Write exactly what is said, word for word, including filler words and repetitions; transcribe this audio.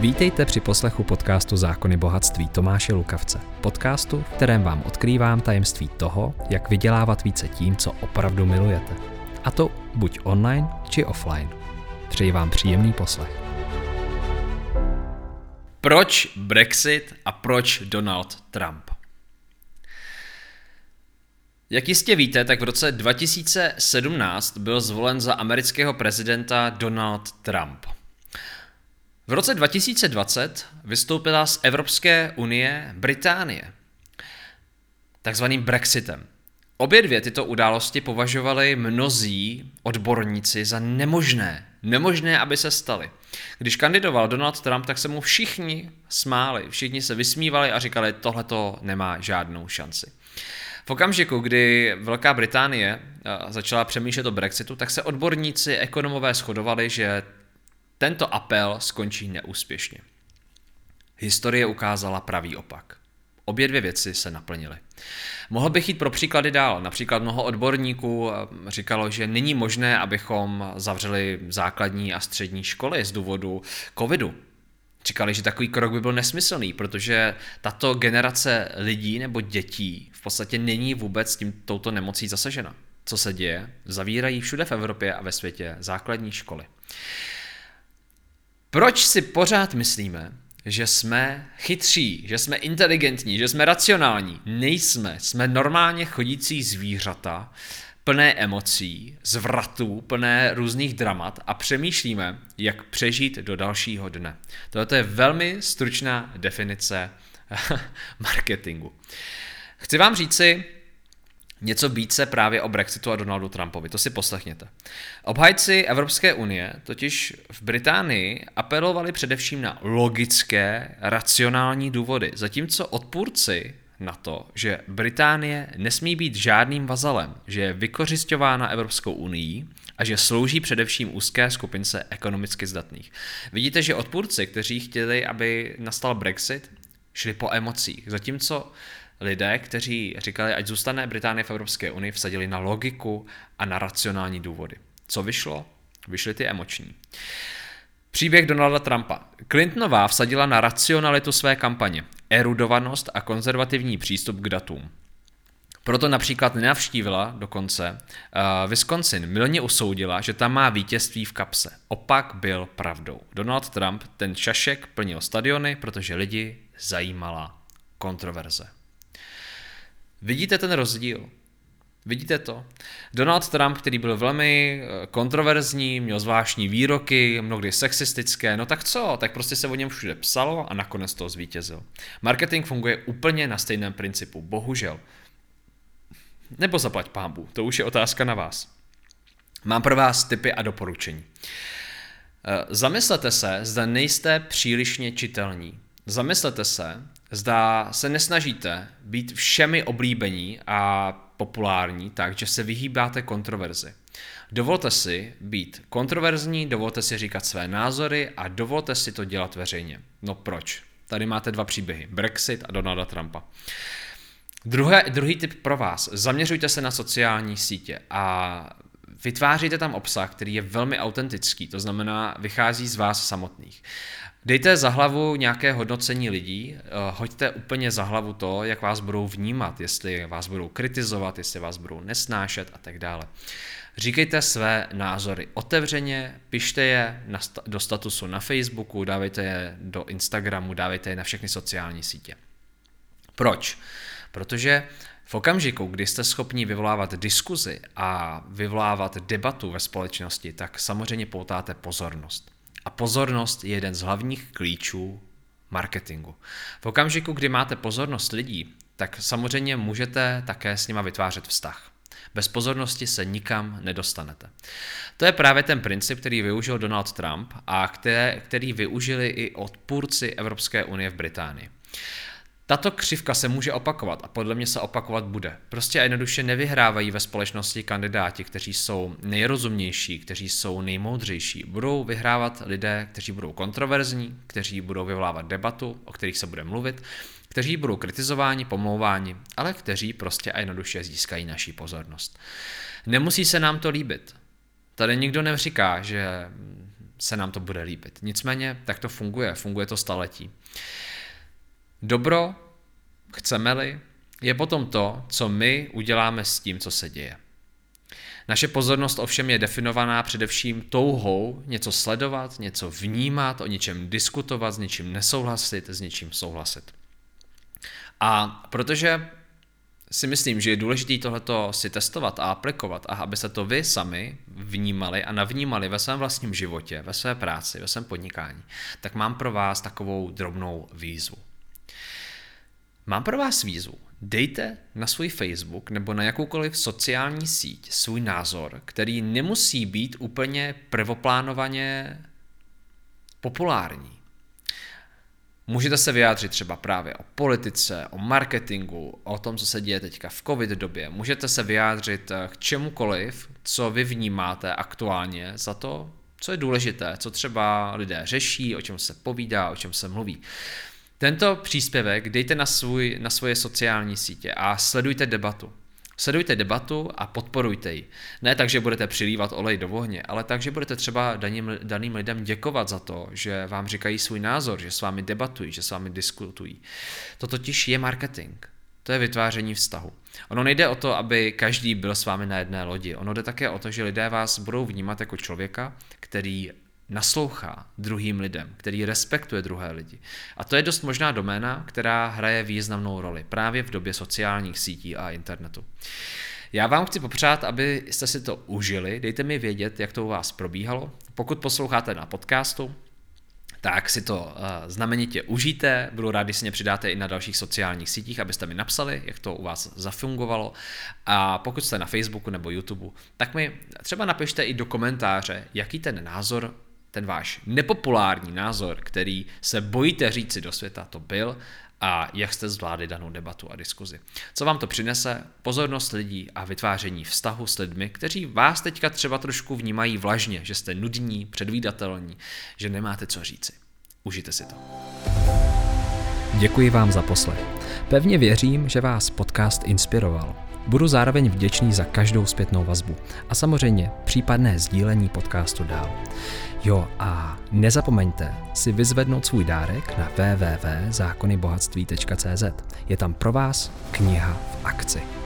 Vítejte při poslechu podcastu Zákony bohatství Tomáše Lukavce. Podcastu, v kterém vám odkrývám tajemství toho, jak vydělávat více tím, co opravdu milujete. A to buď online, či offline. Přeji vám příjemný poslech. Proč Brexit a proč Donald Trump? Jak jistě víte, tak v roce dva tisíce sedmnáct byl zvolen za amerického prezidenta Donald Trump. V roce dva tisíce dvacet vystoupila z Evropské unie Británie, takzvaným Brexitem. Obě dvě tyto události považovali mnozí odborníci za nemožné. Nemožné, aby se staly. Když kandidoval Donald Trump, tak se mu všichni smáli, všichni se vysmívali a říkali, tohleto nemá žádnou šanci. V okamžiku, kdy Velká Británie začala přemýšlet o Brexitu, tak se odborníci, ekonomové shodovali, že tento apel skončí neúspěšně. Historie ukázala pravý opak. Obě dvě věci se naplnily. Mohl bych jít pro příklady dál. Například mnoho odborníků říkalo, že není možné, abychom zavřeli základní a střední školy z důvodu covidu. Říkali, že takový krok by byl nesmyslný, protože tato generace lidí nebo dětí v podstatě není vůbec tím touto nemocí zasažena. Co se děje? Zavírají všude v Evropě a ve světě základní školy. Proč si pořád myslíme, že jsme chytří, že jsme inteligentní, že jsme racionální? Nejsme. Jsme normálně chodící zvířata, plné emocí, zvratů, plné různých dramat a přemýšlíme, jak přežít do dalšího dne. Toto je velmi stručná definice marketingu. Chci vám říci něco více právě o Brexitu a Donaldu Trumpovi, to si poslechněte. Obhájci Evropské unie totiž v Británii apelovali především na logické, racionální důvody, zatímco odpůrci na to, že Británie nesmí být žádným vazalem, že je vykořisťována Evropskou unií a že slouží především úzké skupince ekonomicky zdatných. Vidíte, že odpůrci, kteří chtěli, aby nastal Brexit, šli po emocích, zatímco lidé, kteří říkali, ať zůstane Británie v Evropské unii, vsadili na logiku a na racionální důvody. Co vyšlo? Vyšly ty emoční. Příběh Donalda Trumpa. Clintonová vsadila na racionalitu své kampaně, erudovanost a konzervativní přístup k datům. Proto například nenavštívila dokonce uh, Wisconsin. Mylně usoudila, že tam má vítězství v kapse. Opak byl pravdou. Donald Trump ten šašek plnil stadiony, protože lidi zajímala kontroverze. Vidíte ten rozdíl? Vidíte to? Donald Trump, který byl velmi kontroverzní, měl zvláštní výroky, mnohdy sexistické, no tak co? Tak prostě se o něm všude psalo a nakonec to zvítězil. Marketing funguje úplně na stejném principu, bohužel. Nebo zaplať pánbůh, to už je otázka na vás. Mám pro vás tipy a doporučení. Zamyslete se, zda nejste přílišně čitelní. Zamyslete se, zda se nesnažíte být všemi oblíbení a populární, takže se vyhýbáte kontroverzi. Dovolte si být kontroverzní, dovolte si říkat své názory a dovolte si to dělat veřejně. No proč? Tady máte dva příběhy. Brexit a Donalda Trumpa. Druhé, druhý tip pro vás. Zaměřujte se na sociální sítě a vytváříte tam obsah, který je velmi autentický, to znamená vychází z vás samotných. Dejte za hlavu nějaké hodnocení lidí, hoďte úplně za hlavu to, jak vás budou vnímat, jestli vás budou kritizovat, jestli vás budou nesnášet a tak dále. Říkejte své názory otevřeně, pište je na, do statusu na Facebooku, dávejte je do Instagramu, dávejte je na všechny sociální sítě. Proč? Protože v okamžiku, kdy jste schopni vyvolávat diskuzi a vyvolávat debatu ve společnosti, tak samozřejmě poutáte pozornost. A pozornost je jeden z hlavních klíčů marketingu. V okamžiku, kdy máte pozornost lidí, tak samozřejmě můžete také s nima vytvářet vztah. Bez pozornosti se nikam nedostanete. To je právě ten princip, který využil Donald Trump a které, který využili i odpůrci Evropské unie v Británii. Tato křivka se může opakovat a podle mě se opakovat bude. Prostě a jednoduše nevyhrávají ve společnosti kandidáti, kteří jsou nejrozumnější, kteří jsou nejmoudřejší. Budou vyhrávat lidé, kteří budou kontroverzní, kteří budou vyvolávat debatu, o kterých se bude mluvit, kteří budou kritizováni, pomlouváni, ale kteří prostě a jednoduše získají naši pozornost. Nemusí se nám to líbit. Tady nikdo neříká, že se nám to bude líbit. Nicméně tak to funguje, funguje to staletí. Dobro, chceme-li, je potom to, co my uděláme s tím, co se děje. Naše pozornost ovšem je definovaná především touhou něco sledovat, něco vnímat, o něčem diskutovat, s něčím nesouhlasit, s něčím souhlasit. A protože si myslím, že je důležité tohleto si testovat a aplikovat a abyste to vy sami vnímali a navnímali ve svém vlastním životě, ve své práci, ve svém podnikání, tak mám pro vás takovou drobnou výzvu. Mám pro vás výzvu. Dejte na svůj Facebook nebo na jakoukoliv sociální síť svůj názor, který nemusí být úplně prvoplánovaně populární. Můžete se vyjádřit třeba právě o politice, o marketingu, o tom, co se děje teďka v covid době. Můžete se vyjádřit k čemukoliv, co vy vnímáte aktuálně za to, co je důležité, co třeba lidé řeší, o čem se povídá, o čem se mluví. Tento příspěvek dejte na, svůj, na svoje sociální sítě a sledujte debatu. Sledujte debatu a podporujte ji. Ne tak, že budete přilívat olej do ohně, ale tak, že budete třeba daným, daným lidem děkovat za to, že vám říkají svůj názor, že s vámi debatují, že s vámi diskutují. To totiž je marketing. To je vytváření vztahu. Ono nejde o to, aby každý byl s vámi na jedné lodi. Ono jde také o to, že lidé vás budou vnímat jako člověka, který naslouchá druhým lidem, který respektuje druhé lidi. A to je dost možná doména, která hraje významnou roli právě v době sociálních sítí a internetu. Já vám chci popřát, abyste si to užili, dejte mi vědět, jak to u vás probíhalo. Pokud posloucháte na podcastu, tak si to uh, znamenitě užijte, budu rád, když si mě přidáte i na dalších sociálních sítích, abyste mi napsali, jak to u vás zafungovalo. A pokud jste na Facebooku nebo YouTube, tak mi třeba napište i do komentáře, jaký ten názor, ten váš nepopulární názor, který se bojíte říci do světa, to byl a jak jste zvládli danou debatu a diskuzi. Co vám to přinese? Pozornost lidí a vytváření vztahu s lidmi, kteří vás teďka třeba trošku vnímají vlažně, že jste nudní, předvídatelní, že nemáte co říci. Užijte si to. Děkuji vám za poslech. Pevně věřím, že vás podcast inspiroval. Budu zároveň vděčný za každou zpětnou vazbu a samozřejmě případné sdílení podcastu dál. Jo a nezapomeňte si vyzvednout svůj dárek na w w w tečka zákony bohatství tečka c z. Je tam pro vás kniha v akci.